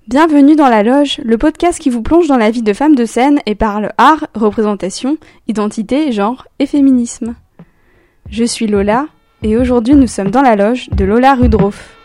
Bienvenue dans La Loge, le podcast qui vous plonge dans la vie de femmes de scène et parle art, représentation, identité, genre et féminisme. Je suis Lola et aujourd'hui nous sommes dans la loge de Lola Rudroff.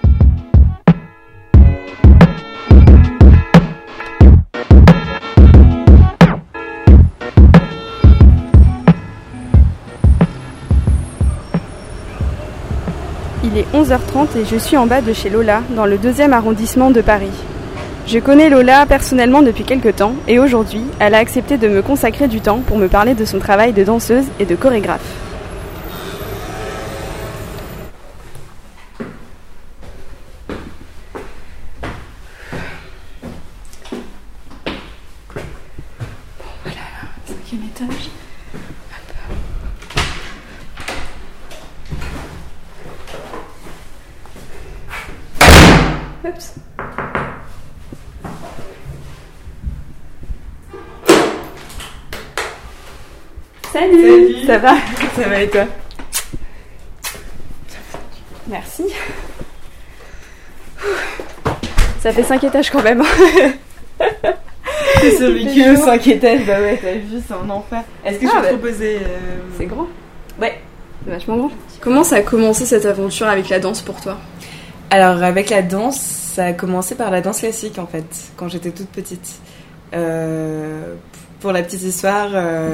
Il est 11h30 et je suis en bas de chez Lola, dans le 2e arrondissement de Paris. Je connais Lola personnellement depuis quelques temps et aujourd'hui, elle a accepté de me consacrer du temps pour me parler de son travail de danseuse et de chorégraphe. Bon, voilà, 5e étage. Hop. Oups. Salut. Ça va? Ça va et toi? Merci. Ça fait 5 étages quand même. C'est survécu aux 5 étages, bah ouais, t'as vu, c'est un enfer. Est-ce que je peux te proposer C'est grand. Ouais. C'est vachement grand. Comment ça a commencé cette aventure avec la danse pour toi? Alors, avec la danse, ça a commencé par la danse classique en fait, quand j'étais toute petite. Pour la petite histoire,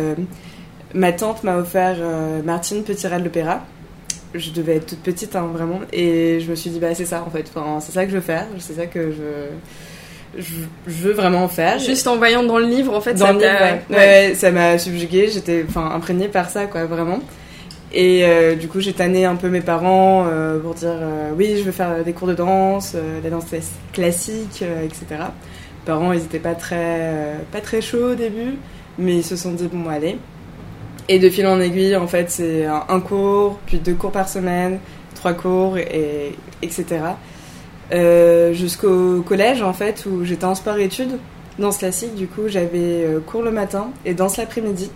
ma tante m'a offert Martine Petit-Rat de l'Opéra. Je devais être toute petite, hein, vraiment. Et je me suis dit, bah c'est ça en fait. Enfin, c'est ça que je veux faire. C'est ça que je veux vraiment faire. Juste en voyant dans le livre, en fait, dans ça le t'a... livre, ouais, ça m'a subjuguée. J'étais imprégnée par ça, quoi, vraiment. Et du coup, j'ai tanné un peu mes parents pour dire oui, je veux faire des cours de danse, la danse classique, etc. Les parents, ils étaient pas très chauds au début, mais ils se sont dit bon, allez. Et de fil en aiguille, en fait, c'est un cours, puis 2 cours par semaine, 3 cours, etc. Jusqu'au collège, en fait, où j'étais en sport-études, danse classique. Du coup, j'avais cours le matin et danse l'après-midi.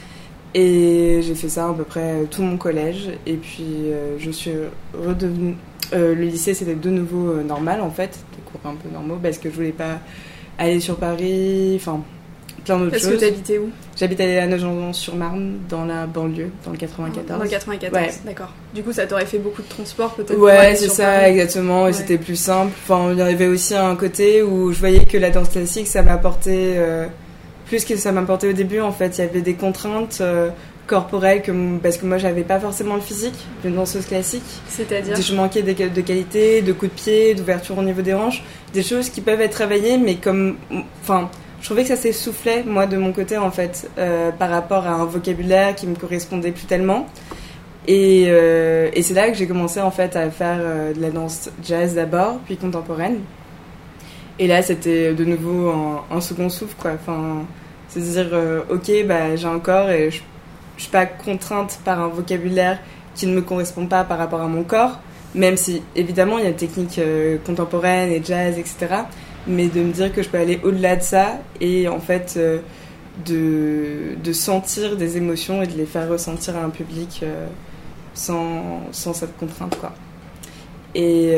Et j'ai fait ça à peu près tout mon collège. Et puis, je suis redevenue... le lycée, c'était de nouveau normal, en fait, des cours un peu normaux, parce que je voulais pas aller sur Paris, enfin... plein d'autres choses. Parce que t'habitais où? J'habitais à Nogent-sur-Marne, dans la banlieue, dans le 94. Dans le 94, ouais. D'accord. Du coup, ça t'aurait fait beaucoup de transport, peut-être? Ouais, c'est ça, Paris. Exactement. Ouais. Et c'était plus simple. Enfin, il y avait aussi un côté où je voyais que la danse classique, ça m'apportait plus que ça m'apportait au début. En fait, il y avait des contraintes corporelles parce que moi, j'avais pas forcément le physique d'une danseuse classique. C'est-à-dire? Je manquais de qualité, de coups de pied, d'ouverture au niveau des hanches, des choses qui peuvent être travaillées, mais je trouvais que ça s'essoufflait, moi, de mon côté, en fait, par rapport à un vocabulaire qui me correspondait plus tellement. Et c'est là que j'ai commencé, en fait, à faire de la danse jazz d'abord, puis contemporaine. Et là, c'était de nouveau un second souffle, quoi. Enfin, c'est de dire, ok, bah, j'ai un corps et je suis pas contrainte par un vocabulaire qui ne me correspond pas par rapport à mon corps, même si, évidemment, il y a des techniques contemporaines et jazz, etc., mais de me dire que je peux aller au-delà de ça et en fait de sentir des émotions et de les faire ressentir à un public sans cette contrainte, quoi. Et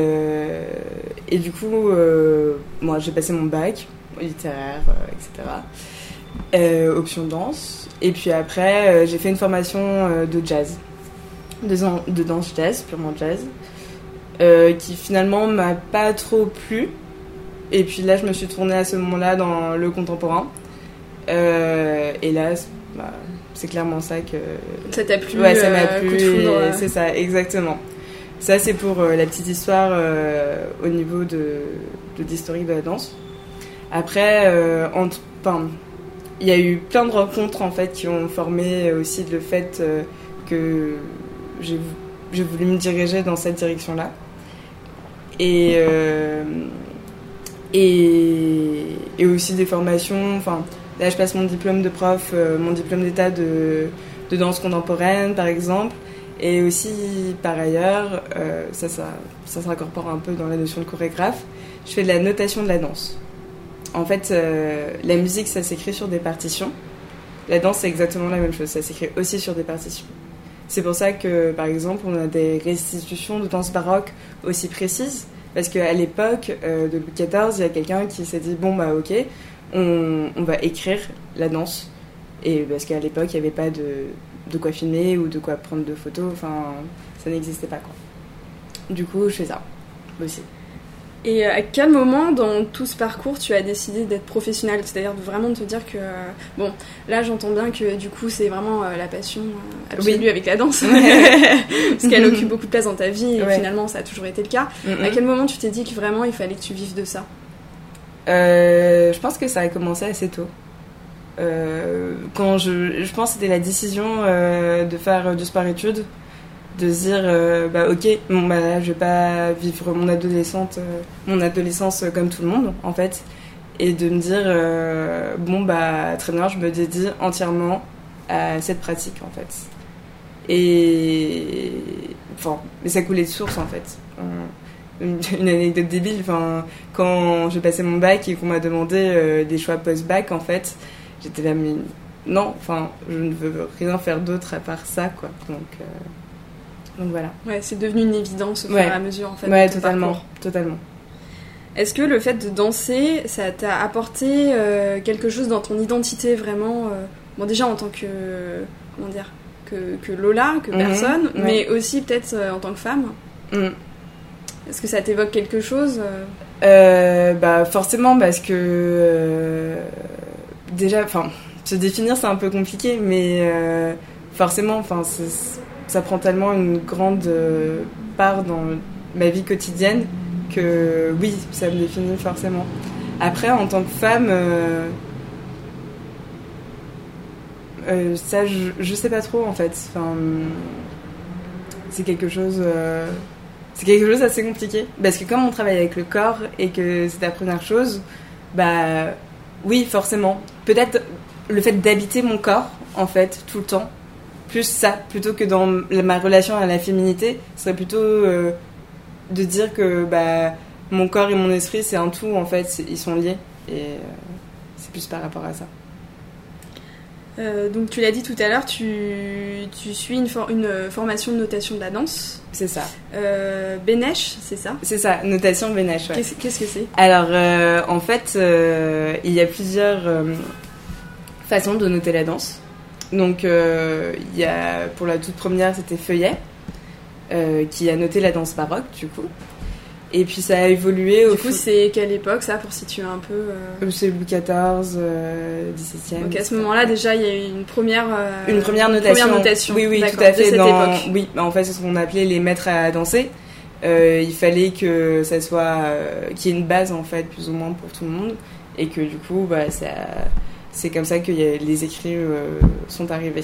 du coup, moi j'ai passé mon bac littéraire, etc. Option danse. Et puis après, j'ai fait une formation de jazz, 2 ans de danse jazz, purement jazz, qui finalement m'a pas trop plu. Et puis là, je me suis tournée à ce moment-là dans le contemporain. Et là, c'est clairement ça que... Ça t'a plu? Ouais, ça m'a plu. C'est ça, exactement. Ça, c'est pour la petite histoire au niveau de l'historique de la danse. Après, il y a eu plein de rencontres, en fait, qui ont formé aussi le fait que j'ai voulu me diriger dans cette direction-là. Et aussi des formations. Enfin, là, je passe mon diplôme de prof, mon diplôme d'état de danse contemporaine, par exemple. Et aussi, par ailleurs, ça se raccorpore un peu dans la notion de chorégraphe, je fais de la notation de la danse. En fait, la musique, ça s'écrit sur des partitions. La danse, c'est exactement la même chose. Ça s'écrit aussi sur des partitions. C'est pour ça que, par exemple, on a des restitutions de danse baroque aussi précises, Parce qu'à l'époque de Louis XIV, il y a quelqu'un qui s'est dit bon bah ok, on va écrire la danse. Et parce qu'à l'époque, il n'y avait pas de quoi filmer ou de quoi prendre de photos, enfin ça n'existait pas quoi. Du coup, je fais ça aussi. Et à quel moment dans tout ce parcours tu as décidé d'être professionnelle, c'est-à-dire de vraiment te dire que bon, là j'entends bien que du coup c'est vraiment la passion absolue avec la danse parce qu'elle occupe beaucoup de place dans ta vie et finalement ça a toujours été le cas. À quel moment tu t'es dit que vraiment il fallait que tu vives de ça? Je pense que ça a commencé assez tôt. Quand je pense que c'était la décision de faire du sport-études, de se dire bah ok, bon bah là, je vais pas vivre mon adolescence comme tout le monde en fait, et de me dire bon bah très bien, je me dédie entièrement à cette pratique en fait. Et enfin, mais ça coulait de source en fait. Une anecdote débile, enfin quand j'ai passé mon bac et qu'on m'a demandé des choix post-bac en fait, j'étais là mais non, enfin je ne veux rien faire d'autre à part ça quoi. Donc voilà. Ouais, c'est devenu une évidence au fur et à mesure en fait. Ouais, totalement. Est-ce que le fait de danser, ça t'a apporté quelque chose dans ton identité vraiment bon déjà en tant que comment dire que Lola, que personne, mais aussi peut-être en tant que femme. Est-ce que ça t'évoque quelque chose bah forcément parce que déjà, enfin se définir c'est un peu compliqué, mais forcément, enfin ça prend tellement une grande part dans ma vie quotidienne que oui, ça me définit forcément. Après, en tant que femme, ça, je sais pas trop en fait. Enfin, c'est quelque chose assez compliqué. Parce que comme on travaille avec le corps et que c'est la première chose, bah oui, forcément. Peut-être le fait d'habiter mon corps, en fait, tout le temps, plus ça, plutôt que dans ma relation à la féminité, ce serait plutôt de dire que bah, mon corps et mon esprit, c'est un tout, en fait, ils sont liés. Et c'est plus par rapport à ça. Donc tu l'as dit tout à l'heure, tu suis une formation de notation de la danse. C'est ça. Benesch, c'est ça? C'est ça, notation Benesch, ouais. Qu'est-ce que c'est? Alors, en fait, il y a plusieurs façons de noter la danse. Donc, il y a, pour la toute première, c'était Feuillet, qui a noté la danse baroque, du coup. Et puis, ça a évolué au... Du coup, c'est quelle époque, ça, pour situer un peu C'est Louis XIV, XVIIe. Donc, à ce moment-là, déjà, il y a eu une première notation. Oui, tout à fait. Cette époque. Oui, en fait, c'est ce qu'on appelait les maîtres à danser. Il fallait que ça soit... qu'il y ait une base, en fait, plus ou moins pour tout le monde. Et que, du coup, bah, c'est comme ça que les écrits sont arrivés.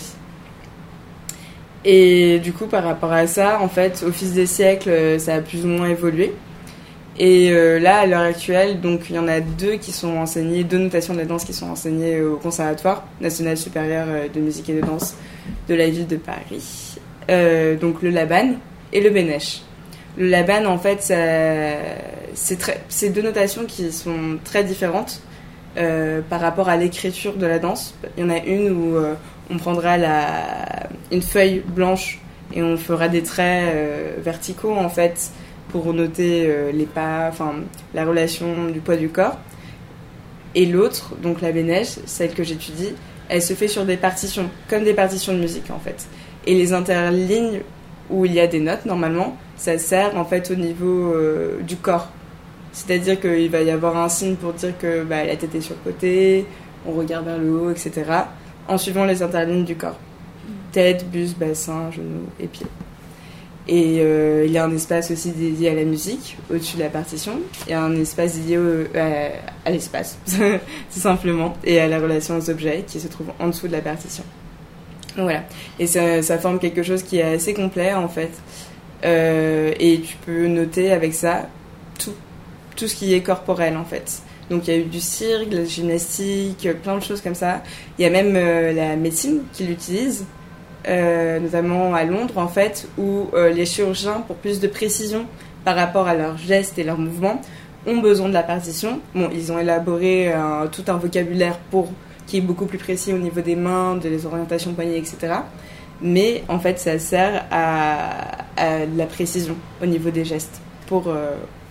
Et du coup, par rapport à ça, en fait, au fil des siècles, ça a plus ou moins évolué. Et là, à l'heure actuelle, donc il y en a deux notations de la danse qui sont enseignées au Conservatoire national supérieur de musique et de danse de la ville de Paris. Donc le Laban et le Benesch. Le Laban, en fait, c'est deux notations qui sont très différentes. Par rapport à l'écriture de la danse. Il y en a une où on prendra une feuille blanche et on fera des traits verticaux en fait pour noter les pas, enfin la relation du poids du corps. Et l'autre, donc la Benesch, celle que j'étudie, elle se fait sur des partitions, comme des partitions de musique en fait. Et les interlignes où il y a des notes normalement, ça sert en fait au niveau du corps. C'est-à-dire qu'il va y avoir un signe pour dire que bah, la tête est sur le côté, on regarde vers le haut, etc. En suivant les interlignes du corps. Tête, buste, bassin, genoux et pieds. Et il y a un espace aussi dédié à la musique, au-dessus de la partition. Il y a un espace dédié à l'espace, tout simplement, et à la relation aux objets qui se trouvent en dessous de la partition. Donc voilà. Et ça forme quelque chose qui est assez complet, en fait. Et tu peux noter avec ça tout ce qui est corporel en fait. Donc il y a eu du cirque, de la gymnastique, plein de choses comme ça. Il y a même la médecine qui l'utilise, notamment à Londres en fait, où les chirurgiens, pour plus de précision par rapport à leurs gestes et leurs mouvements, ont besoin de la partition. Bon, ils ont élaboré tout un vocabulaire qui est beaucoup plus précis au niveau des mains, des orientations poignets, etc. Mais en fait ça sert à la précision au niveau des gestes, pour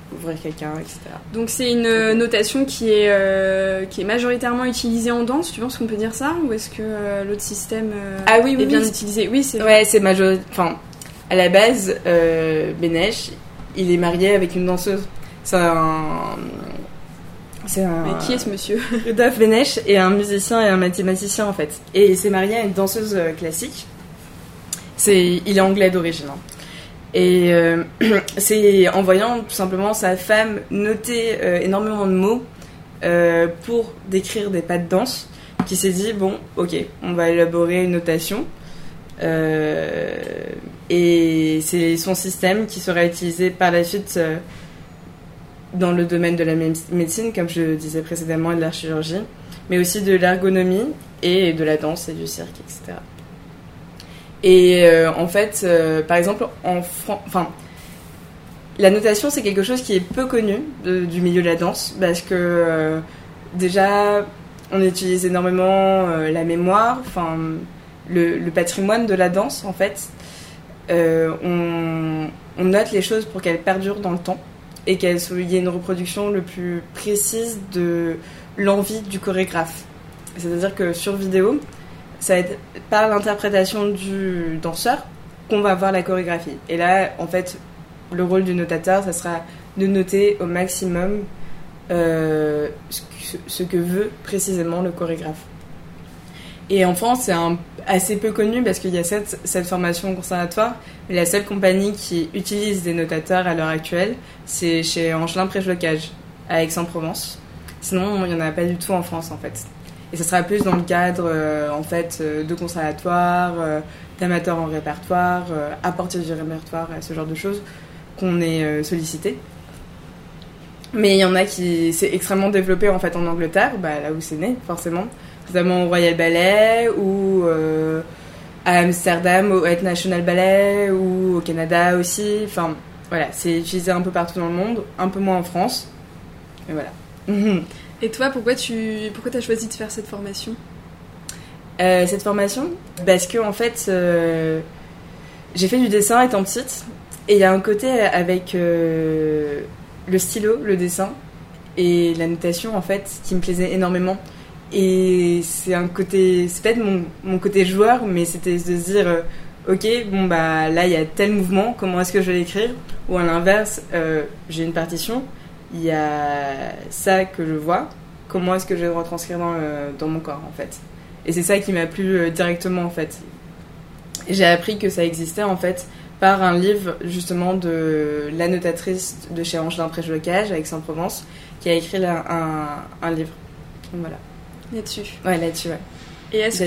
ouvrir quelqu'un, etc. Donc c'est une notation qui est majoritairement utilisée en danse, tu penses qu'on peut dire ça? Ou est-ce que l'autre système est bien utilisé? Oui, c'est vrai. Ouais, c'est Enfin, à la base, Benesh, il est marié avec une danseuse. Mais qui est ce monsieur? Rudolf Benesh est un musicien et un mathématicien en fait. Et il s'est marié à une danseuse classique. Il est anglais d'origine. Hein. Et c'est en voyant tout simplement sa femme noter énormément de mots pour décrire des pas de danse qu'il s'est dit bon, ok, on va élaborer une notation. Et c'est son système qui sera utilisé par la suite dans le domaine de la médecine, comme je le disais précédemment, et de la chirurgie, mais aussi de l'ergonomie et de la danse et du cirque, etc. Et en fait, par exemple, la notation, c'est quelque chose qui est peu connu du milieu de la danse, parce que déjà, on utilise énormément la mémoire, le patrimoine de la danse, en fait. On note les choses pour qu'elles perdurent dans le temps et qu'il y ait une reproduction le plus précise de l'envie du chorégraphe. C'est-à-dire que sur vidéo, ça va être par l'interprétation du danseur qu'on va voir la chorégraphie. Et là, en fait, le rôle du notateur, ça sera de noter au maximum ce que veut précisément le chorégraphe. Et en France, c'est assez peu connu parce qu'il y a cette formation au conservatoire, mais la seule compagnie qui utilise des notateurs à l'heure actuelle, c'est chez Angelin Préjlocage, à Aix-en-Provence. Sinon, il n'y en a pas du tout en France, en fait. Et ce sera plus dans le cadre, de conservatoire, d'amateurs en répertoire, à partir du répertoire, ce genre de choses, qu'on est sollicité. Mais il y en a qui c'est extrêmement développé, en fait, en Angleterre, là où c'est né, forcément. Notamment au Royal Ballet ou à Amsterdam au Het National Ballet ou au Canada aussi. Enfin, voilà, c'est utilisé un peu partout dans le monde, un peu moins en France. Et voilà. Et toi, pourquoi t'as choisi de faire cette formation? Cette formation, parce que en fait, j'ai fait du dessin étant petite, et il y a un côté avec le stylo, le dessin et la notation en fait qui me plaisait énormément. Et c'est peut-être mon côté joueur, mais c'était de se dire ok, là il y a tel mouvement, comment est-ce que je vais l'écrire? Ou à l'inverse, j'ai une partition, il y a ça que je vois, comment est-ce que je vais le retranscrire dans mon corps en fait? Et c'est ça qui m'a plu directement en fait. Et j'ai appris que ça existait en fait par un livre justement de la notatrice de chez Angelin Préjlocage à Aix-en-Provence qui a écrit un livre. Donc voilà. Là-dessus. Ouais, là-dessus, ouais. Et est-ce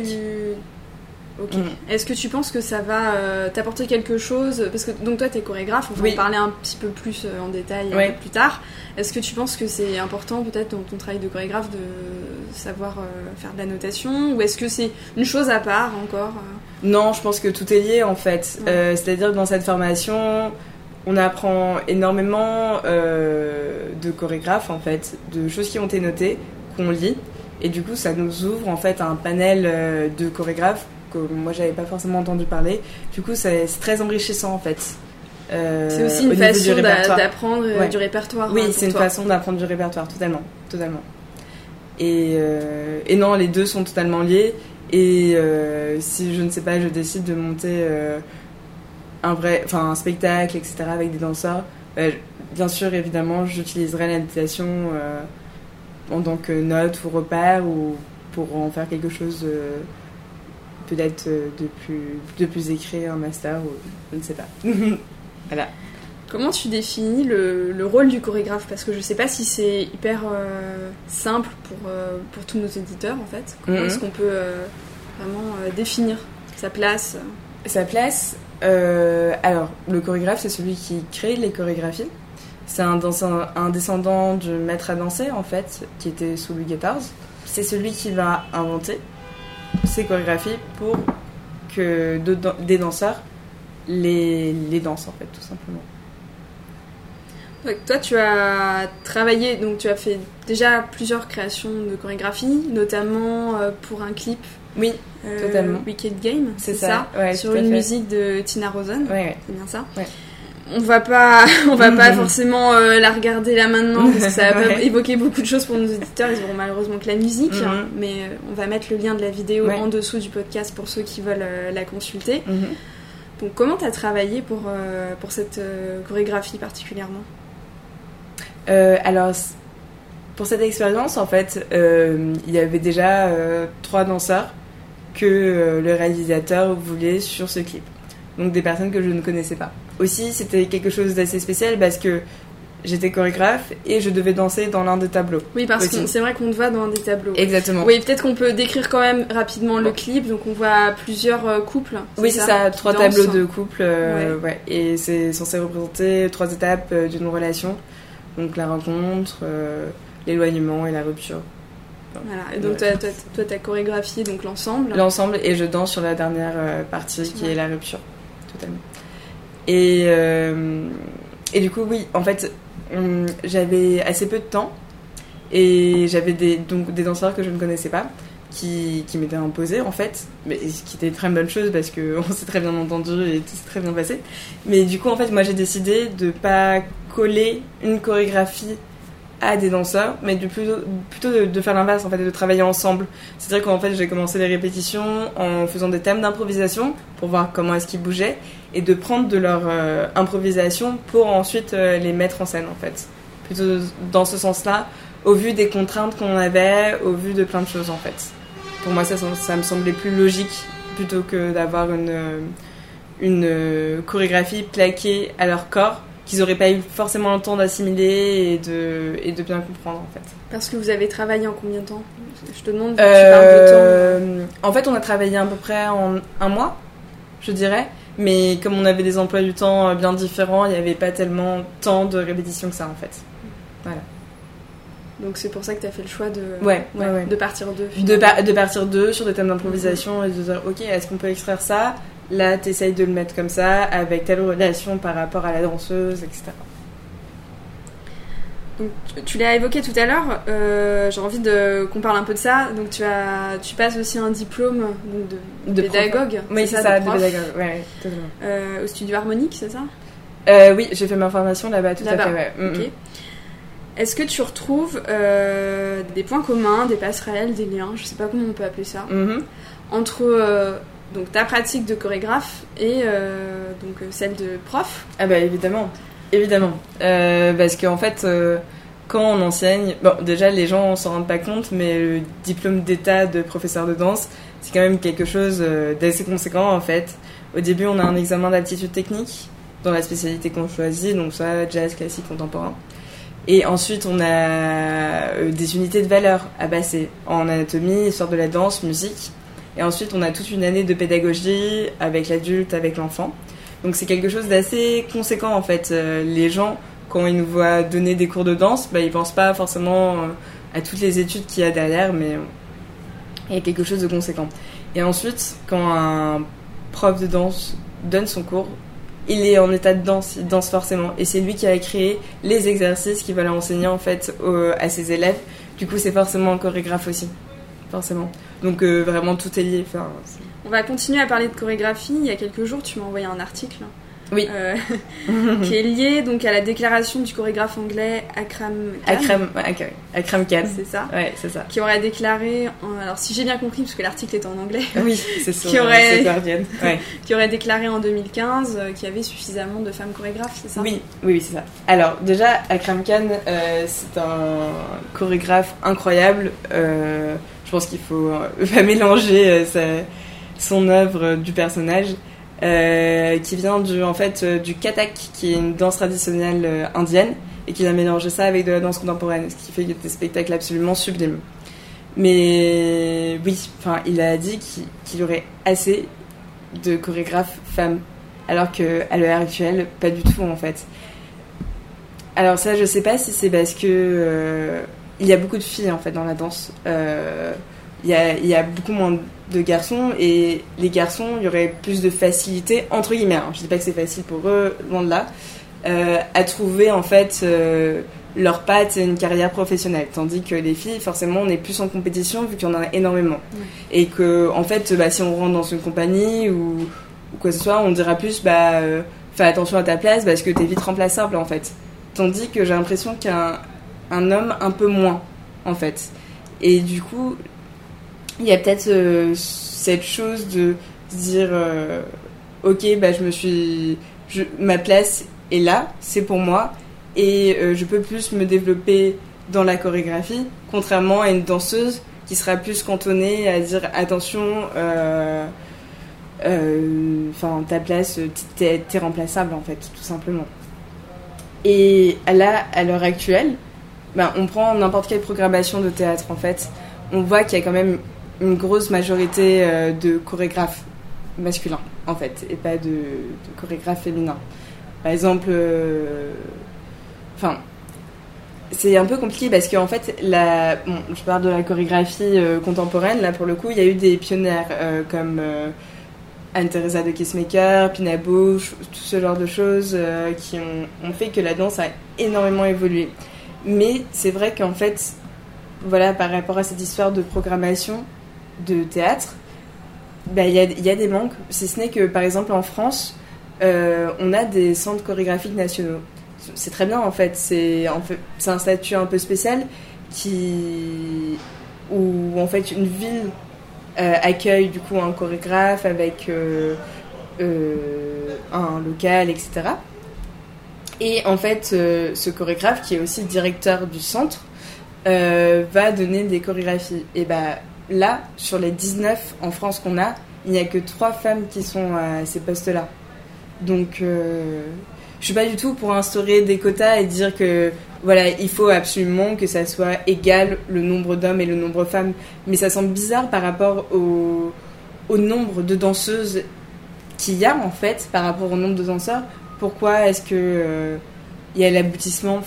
que tu penses que ça va t'apporter quelque chose? Parce que donc toi, t'es chorégraphe, on va en parler un petit peu plus en détail un peu plus tard. Est-ce que tu penses que c'est important peut-être dans ton travail de chorégraphe de savoir faire de la notation? Ou est-ce que c'est une chose à part encore Non, je pense que tout est lié en fait. C'est-à-dire que dans cette formation, on apprend énormément de chorégraphes en fait, de choses qui ont été notées, qu'on lit. Et du coup, ça nous ouvre en fait un panel de chorégraphes que moi j'avais pas forcément entendu parler. Du coup, c'est très enrichissant en fait. C'est aussi une façon d'apprendre du répertoire. Oui, c'est une façon d'apprendre du répertoire, totalement. Et non, les deux sont totalement liés. Et si je ne sais pas, je décide de monter un spectacle, etc. avec des danseurs, bien sûr, évidemment, j'utiliserai la notation en tant que note ou repère ou pour en faire quelque chose peut-être de plus écrit, un master ou je ne sais pas. Voilà. Comment tu définis le rôle du chorégraphe? Parce que je ne sais pas si c'est hyper simple pour tous nos auditeurs en fait. Comment est-ce qu'on peut vraiment définir sa place? Sa place, alors le chorégraphe c'est celui qui crée les chorégraphies. C'est un descendant du maître à danser, en fait, qui était sous Louis XIV. C'est celui qui va inventer ces chorégraphies pour que des danseurs les dansent, en fait, tout simplement. Donc, toi, tu as travaillé, donc tu as fait déjà plusieurs créations de chorégraphies, notamment pour un clip. Oui, totalement. Wicked Game, c'est ça. Ouais, sur une musique de Tina Rosen. Ouais. C'est bien ça. Ouais. on va pas forcément la regarder là maintenant parce que ça va pas évoquer beaucoup de choses pour nos auditeurs. Ils auront malheureusement que la musique, mais on va mettre le lien de la vidéo en dessous du podcast pour ceux qui veulent la consulter. Donc, comment t'as travaillé pour cette chorégraphie particulièrement ? Alors, pour cette expérience, en fait, il y avait déjà 3 danseurs que le réalisateur voulait sur ce clip. Donc des personnes que je ne connaissais pas. Aussi, c'était quelque chose d'assez spécial parce que j'étais chorégraphe et je devais danser dans l'un des tableaux. Oui, parce que c'est vrai qu'on te voit dans des tableaux. Exactement. Oui, peut-être qu'on peut décrire quand même rapidement le clip. Donc on voit plusieurs couples. Oui, c'est ça, 3 tableaux de couples. Ouais. Et c'est censé représenter 3 étapes d'une relation. Donc la rencontre, l'éloignement et la rupture. Voilà, et donc toi t'as chorégraphié donc l'ensemble. L'ensemble, et je danse sur la dernière partie qui est la rupture, totalement. Et du coup, oui, en fait, j'avais assez peu de temps, et j'avais des danseurs que je ne connaissais pas, qui m'étaient imposés, en fait, mais ce qui était une très bonne chose, parce qu'on s'est très bien entendu et tout s'est très bien passé. Mais du coup, en fait, moi, j'ai décidé de pas coller une chorégraphie à des danseurs, mais plutôt de faire l'inverse, en fait, de travailler ensemble. C'est-à-dire qu'en fait, j'ai commencé les répétitions en faisant des thèmes d'improvisation pour voir comment est-ce qu'ils bougeaient et de prendre de leur improvisation pour ensuite les mettre en scène, en fait. Plutôt dans ce sens-là, au vu des contraintes qu'on avait, au vu de plein de choses, en fait. Pour moi, ça me semblait plus logique plutôt que d'avoir une chorégraphie plaquée à leur corps qu'ils n'auraient pas eu forcément le temps d'assimiler et de bien comprendre, en fait. Parce que vous avez travaillé en combien de temps ? Je te demande, tu parles de temps. En fait, on a travaillé à peu près en 1 mois, je dirais. Mais comme on avait des emplois du temps bien différents, il n'y avait pas tellement tant de répétitions que ça, en fait. Voilà. Donc c'est pour ça que tu as fait le choix de partir d'eux. De partir d'eux sur des thèmes d'improvisation et de dire, ok, est-ce qu'on peut extraire ça ? Là, t'essayes de le mettre comme ça, avec telle relation par rapport à la danseuse, etc. Donc, tu l'as évoqué tout à l'heure, j'ai envie qu'on parle un peu de ça. Donc tu passes aussi un diplôme donc de pédagogue. Oui, c'est ça, de pédagogue, ouais, totalement. Au studio harmonique, c'est ça ? Oui, j'ai fait ma formation là-bas, tout à fait, ouais. Ok. Est-ce que tu retrouves des points communs, des passerelles, des liens, je sais pas comment on peut appeler ça, entre donc ta pratique de chorégraphe et donc celle de prof ? Ah bah évidemment. Parce qu'en fait, quand on enseigne, bon déjà les gens s'en rendent pas compte, mais le diplôme d'état de professeur de danse, c'est quand même quelque chose d'assez conséquent en fait. Au début, on a un examen d'aptitude technique dans la spécialité qu'on choisit, donc ça, jazz, classique, contemporain. Et ensuite, on a des unités de valeur à passer en anatomie, histoire de la danse, musique. Et ensuite, on a toute une année de pédagogie avec l'adulte, avec l'enfant. Donc c'est quelque chose d'assez conséquent en fait. Les gens, quand ils nous voient donner des cours de danse, ils pensent pas forcément à toutes les études qu'il y a derrière, mais il y a quelque chose de conséquent. Et ensuite, quand un prof de danse donne son cours, il est en état de danse, il danse forcément. Et c'est lui qui a créé les exercices qu'il va enseigner en fait à ses élèves. Du coup, c'est forcément un chorégraphe aussi. Forcément. Donc vraiment tout est lié. Enfin, on va continuer à parler de chorégraphie. Il y a quelques jours, tu m'as envoyé un article oui. Qui est lié donc à la déclaration du chorégraphe anglais Akram Khan. C'est ça. Ouais, c'est ça. Qui aurait déclaré, alors si j'ai bien compris, parce que l'article est en anglais. Oui, c'est ça. C'est Guardian. Ouais. Qui aurait déclaré en 2015 qu'il y avait suffisamment de femmes chorégraphes, c'est ça ? Oui, c'est ça. Alors déjà, Akram Khan, c'est un chorégraphe incroyable. Je pense qu'il faut pas mélanger son œuvre du personnage. Qui vient du Kathak, qui est une danse traditionnelle indienne, et qui a mélangé ça avec de la danse contemporaine, ce qui fait des spectacles absolument sublimes. Mais oui, il a dit qu'il y aurait assez de chorégraphes femmes, alors qu'à l'heure actuelle, pas du tout en fait. Alors ça, je sais pas si c'est parce que il y a beaucoup de filles en fait dans la danse. Il y a beaucoup moins de garçons, et les garçons, il y aurait plus de facilité, entre guillemets, hein, je dis pas que c'est facile pour eux, loin de là, à trouver en fait leur patte et une carrière professionnelle, tandis que les filles, forcément, on est plus en compétition vu qu'il y en a énormément. Et que en fait, si on rentre dans une compagnie ou quoi que ce soit, on dira plus fais attention à ta place parce que t'es vite remplaçable en fait. Tandis que j'ai l'impression qu'un homme un peu moins en fait. Et du coup, il y a peut-être cette chose de se dire ok, bah ma place est là, c'est pour moi et je peux plus me développer dans la chorégraphie, contrairement à une danseuse qui sera plus cantonnée à dire attention, ta place, t'es remplaçable en fait, tout simplement. Et là, à l'heure actuelle, on prend n'importe quelle programmation de théâtre en fait, on voit qu'il y a quand même une grosse majorité de chorégraphes masculins en fait, et pas de chorégraphes féminins. Par exemple, c'est un peu compliqué parce qu'en fait, je parle de la chorégraphie contemporaine, là pour le coup, il y a eu des pionnières comme Anne-Thérèse de Kissmaker, Pina Bausch, tout ce genre de choses qui ont fait que la danse a énormément évolué. Mais c'est vrai qu'en fait, voilà, par rapport à cette histoire de programmation de théâtre, il y a des manques, si ce n'est que par exemple en France, on a des centres chorégraphiques nationaux. C'est très bien en fait, c'est un statut un peu spécial où en fait une ville accueille du coup un chorégraphe avec un local, etc. Et en fait ce chorégraphe qui est aussi directeur du centre va donner des chorégraphies. Et là, sur les 19 en France qu'on a, il n'y a que 3 femmes qui sont à ces postes-là. Donc je suis pas du tout pour instaurer des quotas et dire que voilà, il faut absolument que ça soit égal le nombre d'hommes et le nombre de femmes, mais ça semble bizarre par rapport au nombre de danseuses qu'il y a en fait par rapport au nombre de danseurs. Pourquoi est-ce que il y a l'aboutissement,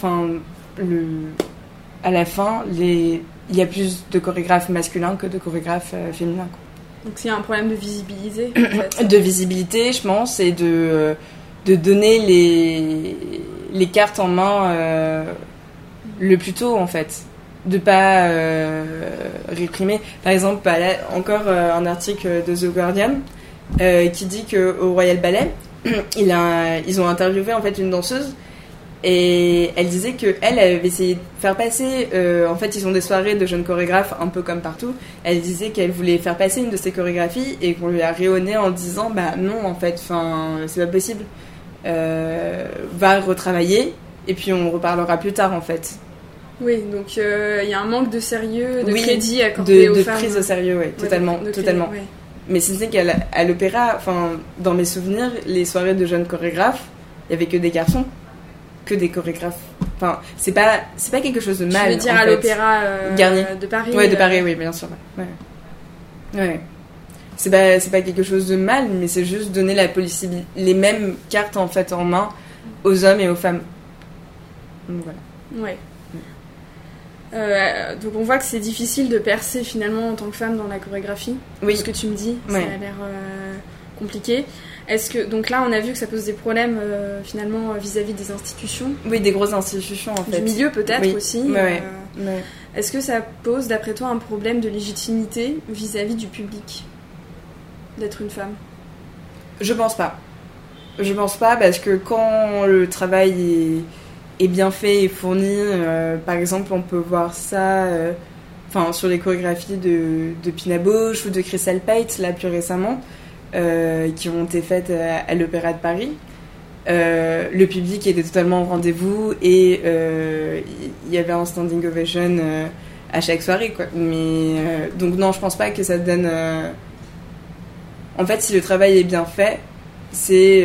à la fin, il y a plus de chorégraphes masculins que de chorégraphes féminins, quoi. Donc il y a un problème de visibilité en fait. De visibilité, je pense, et de donner les cartes en main le plus tôt en fait, de pas réprimer. Par exemple, là, encore un article de The Guardian qui dit qu'au Royal Ballet ils ont interviewé en fait une danseuse et elle disait qu'elle avait essayé de faire passer en fait ils ont des soirées de jeunes chorégraphes un peu comme partout. Elle disait qu'elle voulait faire passer une de ses chorégraphies et qu'on lui a rayonné en disant non en fait, c'est pas possible, va retravailler et puis on reparlera plus tard en fait. Oui, donc il y a un manque de sérieux, de crédit accordé aux femmes. De prise au sérieux, oui, totalement. Ouais. Mais si c'est qu'à l'opéra, dans mes souvenirs, les soirées de jeunes chorégraphes, il y avait que des garçons, que des chorégraphes. C'est pas quelque chose de mal. Tu veux dire à l'opéra de Paris? Ouais, de Paris, oui, bien sûr. Ouais. C'est pas quelque chose de mal, mais c'est juste donner les mêmes cartes en fait en main aux hommes et aux femmes. Donc voilà. Ouais. Donc on voit que c'est difficile de percer finalement en tant que femme dans la chorégraphie. Oui. Ce que tu me dis, ouais. Ça a l'air compliqué. Donc là on a vu que ça pose des problèmes finalement vis-à-vis des institutions. Oui, des grosses institutions en fait. Du milieu peut-être aussi. Ouais. Est-ce que ça pose d'après toi un problème de légitimité vis-à-vis du public d'être une femme? Je pense pas parce que quand le travail est bien fait et fourni, par exemple on peut voir ça sur les chorégraphies de Pina Bausch ou de Crystal Pate là plus récemment, qui ont été faites à l'Opéra de Paris. Le public était totalement au rendez-vous et il y avait un standing ovation à chaque soirée quoi. Mais donc non, je pense pas que ça donne en fait, si le travail est bien fait, c'est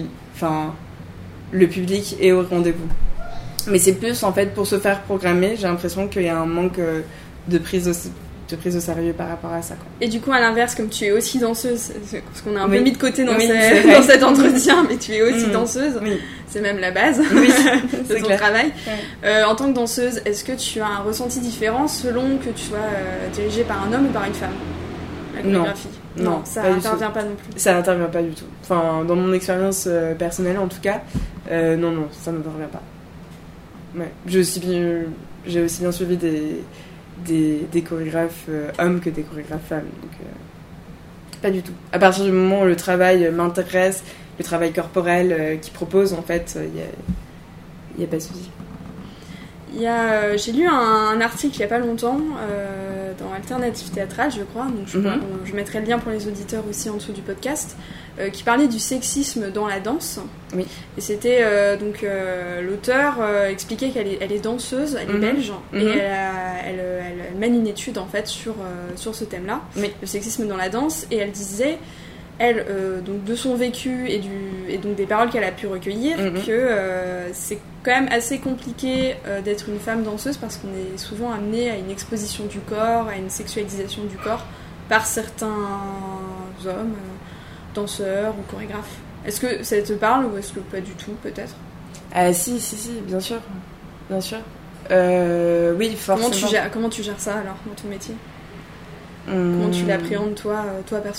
le public est au rendez-vous. Mais c'est plus en fait pour se faire programmer, j'ai l'impression qu'il y a un manque de prise au sérieux par rapport à ça, quoi. Et du coup, à l'inverse, comme tu es aussi danseuse, parce qu'on a un peu Oui. mis de côté dans, Oui, dans cet entretien, mais tu es aussi danseuse, oui. C'est même la base de ton travail. Ouais. En tant que danseuse, est-ce que tu as un ressenti différent selon que tu sois dirigée par un homme ou par une femme? La chorégraphie? Non, ça n'intervient pas non plus. Ça n'intervient pas du tout. Enfin, dans mon expérience personnelle en tout cas, non, ça n'intervient pas. Ouais. J'ai aussi bien suivi des chorégraphes hommes que des chorégraphes femmes. Donc, pas du tout. À partir du moment où le travail m'intéresse le travail corporel qu'ils proposent, en fait, il n'y a pas de souci. J'ai lu un article il n'y a pas longtemps dans Alternative Théâtrale, je crois, donc je mettrai le lien pour les auditeurs aussi en dessous du podcast, qui parlait du sexisme dans la danse. Oui. Et c'était l'auteur expliquait qu'elle est danseuse, elle est belge, et elle mène une étude en fait sur ce thème-là, le sexisme dans la danse, et elle disait, donc de son vécu et donc des paroles qu'elle a pu recueillir, que c'est quand même assez compliqué d'être une femme danseuse parce qu'on est souvent amené à une exposition du corps, à une sexualisation du corps par certains hommes, danseurs ou chorégraphes. Est-ce que ça te parle ou est-ce que pas du tout, peut-être ? Si, bien sûr. Oui, forcément. Comment tu gères ça alors dans ton métier ? Comment tu l'appréhendes toi personnellement ?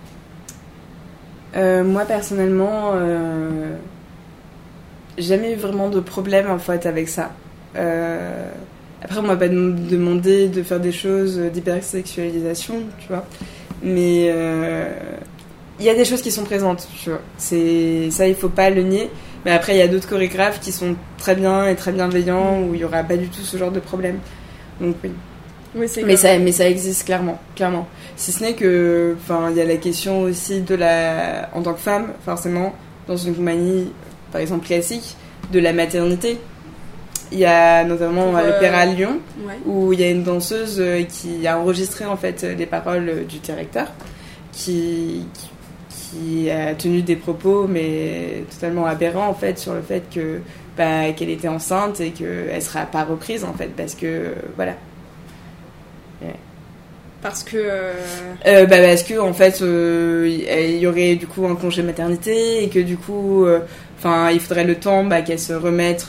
Moi personnellement, jamais eu vraiment de problème en fait avec ça. Après on m'a pas demandé de faire des choses d'hypersexualisation, tu vois, mais il y a des choses qui sont présentes, tu vois. Ça il faut pas le nier. Mais après il y a d'autres chorégraphes qui sont très bien et très bienveillants où il y aura pas du tout ce genre de problème. Donc oui. Oui, mais ça existe clairement. Si ce n'est que, il y a la question aussi en tant que femme, forcément, dans une compagnie, par exemple classique, de la maternité. Il y a notamment à l'Opéra Lyon, où il y a une danseuse qui a enregistré en fait les paroles du directeur, qui a tenu des propos mais totalement aberrants en fait sur le fait que qu'elle était enceinte et qu'elle sera pas reprise en fait parce que voilà. Parce que parce que en fait il y aurait du coup un congé maternité et que du coup il faudrait le temps qu'elle se remette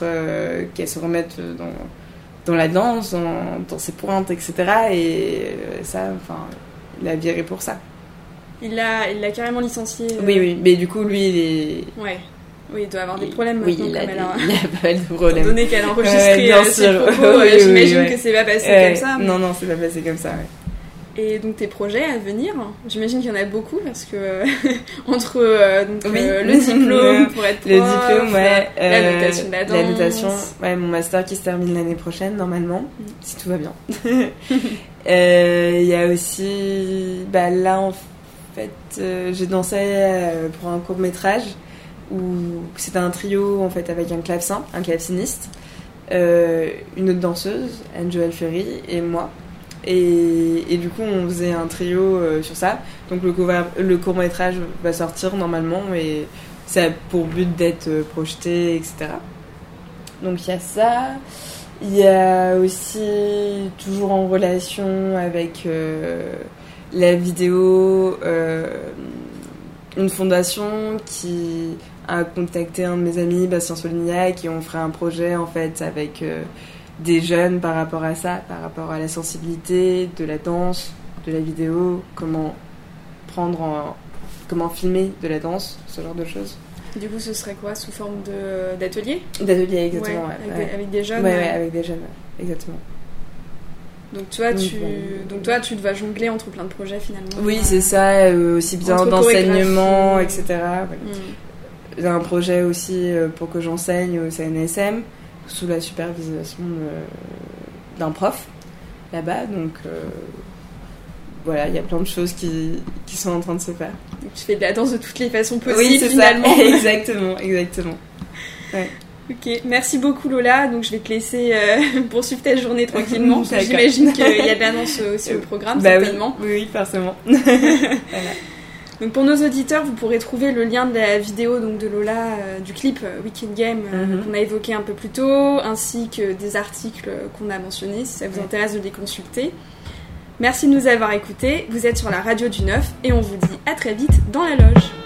dans la danse, dans ses pointes, etc. Et ça, il a viré pour ça. Il l'a carrément licencié. Oui, mais du coup lui il est. Ouais. Oui, il doit avoir des problèmes maintenant. Il a pas mal de problèmes. Étant donné qu'elle a enregistré ses propos, j'imagine que c'est pas passé comme ça. Mais... Non, c'est pas passé comme ça, ouais. Et donc tes projets à venir, j'imagine qu'il y en a beaucoup parce que entre le diplôme pour être prof, la notation de la danse, la notation, mon master qui se termine l'année prochaine normalement, si tout va bien. Il y a aussi, là en fait, j'ai dansé pour un court-métrage où c'était un trio en fait avec un clavecin, un claveciniste, une autre danseuse, Anne-Joëlle Ferry et moi. Et du coup on faisait un trio sur ça, donc le court-métrage va sortir normalement et ça a pour but d'être projeté, etc. Donc il y a ça, il y a aussi toujours en relation avec la vidéo une fondation qui a contacté un de mes amis, Bastien Solignac, et on ferait un projet en fait avec des jeunes par rapport à ça, par rapport à la sensibilité de la danse, de la vidéo, comment filmer de la danse, ce genre de choses. Du coup, ce serait quoi, sous forme d'atelier ? D'atelier, exactement. Avec des jeunes. Avec des jeunes, exactement. Donc toi, tu dois jongler entre plein de projets finalement. Oui, c'est ça, aussi bien d'enseignement, etc. Voilà. J'ai un projet aussi pour que j'enseigne au CNSM, sous la supervision d'un prof là-bas, donc voilà, il y a plein de choses qui sont en train de se faire. Donc tu fais de la danse de toutes les façons possibles. Oui, c'est finalement. Ça. exactement. Ouais. Ok, merci beaucoup Lola, donc je vais te laisser poursuivre ta journée tranquillement, parce que j'imagine qu'il y a de la danse aussi au programme, certainement. Oui, forcément. Voilà. Donc pour nos auditeurs, vous pourrez trouver le lien de la vidéo donc de Lola, du clip Wicked Game qu'on a évoqué un peu plus tôt, ainsi que des articles qu'on a mentionnés, si ça vous intéresse de les consulter. Merci de nous avoir écoutés, vous êtes sur la radio du 9 et on vous dit à très vite dans la loge.